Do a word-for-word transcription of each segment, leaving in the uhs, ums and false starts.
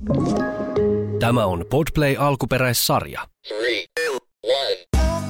Tämä on Podplay alkuperäissarja. Three, two, one.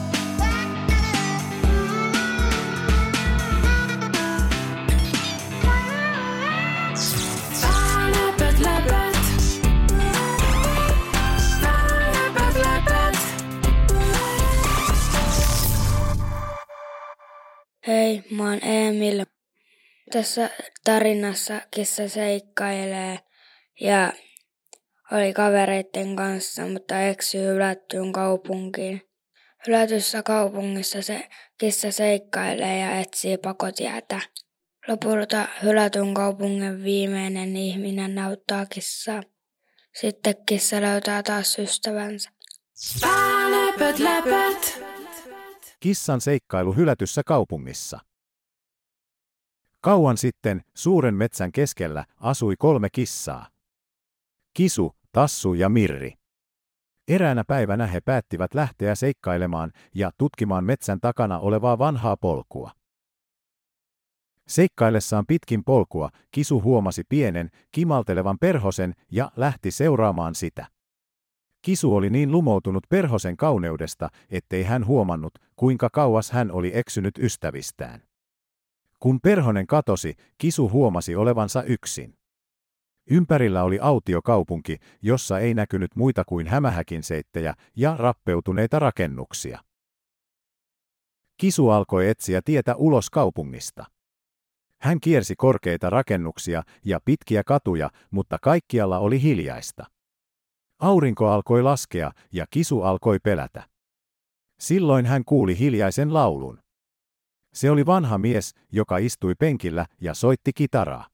Hei, mä oon Emil. Tässä tarinassa kissa seikkailee ja oli kavereiden kanssa, mutta eksyi hylättyyn kaupunkiin. Hylätyssä kaupungissa se kissa seikkailee ja etsii pakotietä. Lopulta hylätyn kaupungin viimeinen ihminen auttaa kissaa. Sitten kissa löytää taas ystävänsä. Läpöt, läpöt. Kissan seikkailu hylätyssä kaupungissa. Kauan sitten suuren metsän keskellä asui kolme kissaa. Kisu, Tassu ja Mirri. Eräänä päivänä he päättivät lähteä seikkailemaan ja tutkimaan metsän takana olevaa vanhaa polkua. Seikkaillessaan pitkin polkua Kisu huomasi pienen, kimaltelevan perhosen ja lähti seuraamaan sitä. Kisu oli niin lumoutunut perhosen kauneudesta, ettei hän huomannut, kuinka kauas hän oli eksynyt ystävistään. Kun perhonen katosi, Kisu huomasi olevansa yksin. Ympärillä oli autio kaupunki, jossa ei näkynyt muita kuin hämähäkinseittejä ja rappeutuneita rakennuksia. Kisu alkoi etsiä tietä ulos kaupungista. Hän kiersi korkeita rakennuksia ja pitkiä katuja, mutta kaikkialla oli hiljaista. Aurinko alkoi laskea ja Kisu alkoi pelätä. Silloin hän kuuli hiljaisen laulun. Se oli vanha mies, joka istui penkillä ja soitti kitaraa.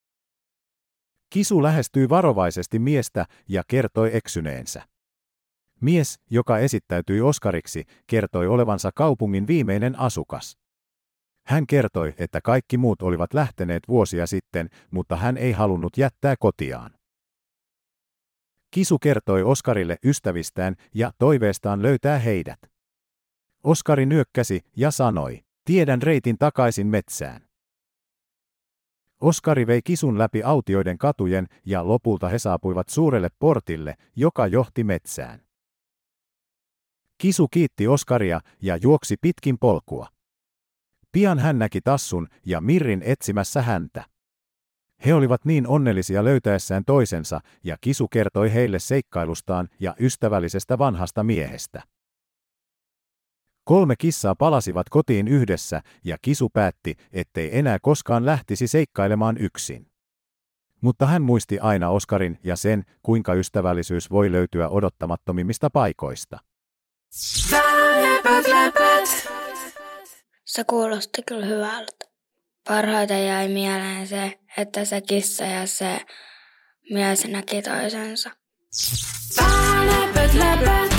Kisu lähestyi varovaisesti miestä ja kertoi eksyneensä. Mies, joka esittäytyi Oskariksi, kertoi olevansa kaupungin viimeinen asukas. Hän kertoi, että kaikki muut olivat lähteneet vuosia sitten, mutta hän ei halunnut jättää kotiaan. Kisu kertoi Oskarille ystävistään ja toiveestaan löytää heidät. Oskari nyökkäsi ja sanoi, tiedän reitin takaisin metsään. Oskari vei Kisun läpi autioiden katujen ja lopulta he saapuivat suurelle portille, joka johti metsään. Kisu kiitti Oskaria ja juoksi pitkin polkua. Pian hän näki Tassun ja Mirrin etsimässä häntä. He olivat niin onnellisia löytäessään toisensa ja Kisu kertoi heille seikkailustaan ja ystävällisestä vanhasta miehestä. Kolme kissaa palasivat kotiin yhdessä ja Kisu päätti, ettei enää koskaan lähtisi seikkailemaan yksin. Mutta hän muisti aina Oskarin ja sen, kuinka ystävällisyys voi löytyä odottamattomimmista paikoista. Läpöt, läpöt. Se kuulosti kyllä hyvältä. Parhaiten jäi mieleen se, että se kissa ja se mies näki toisensa. Läpöt, läpöt.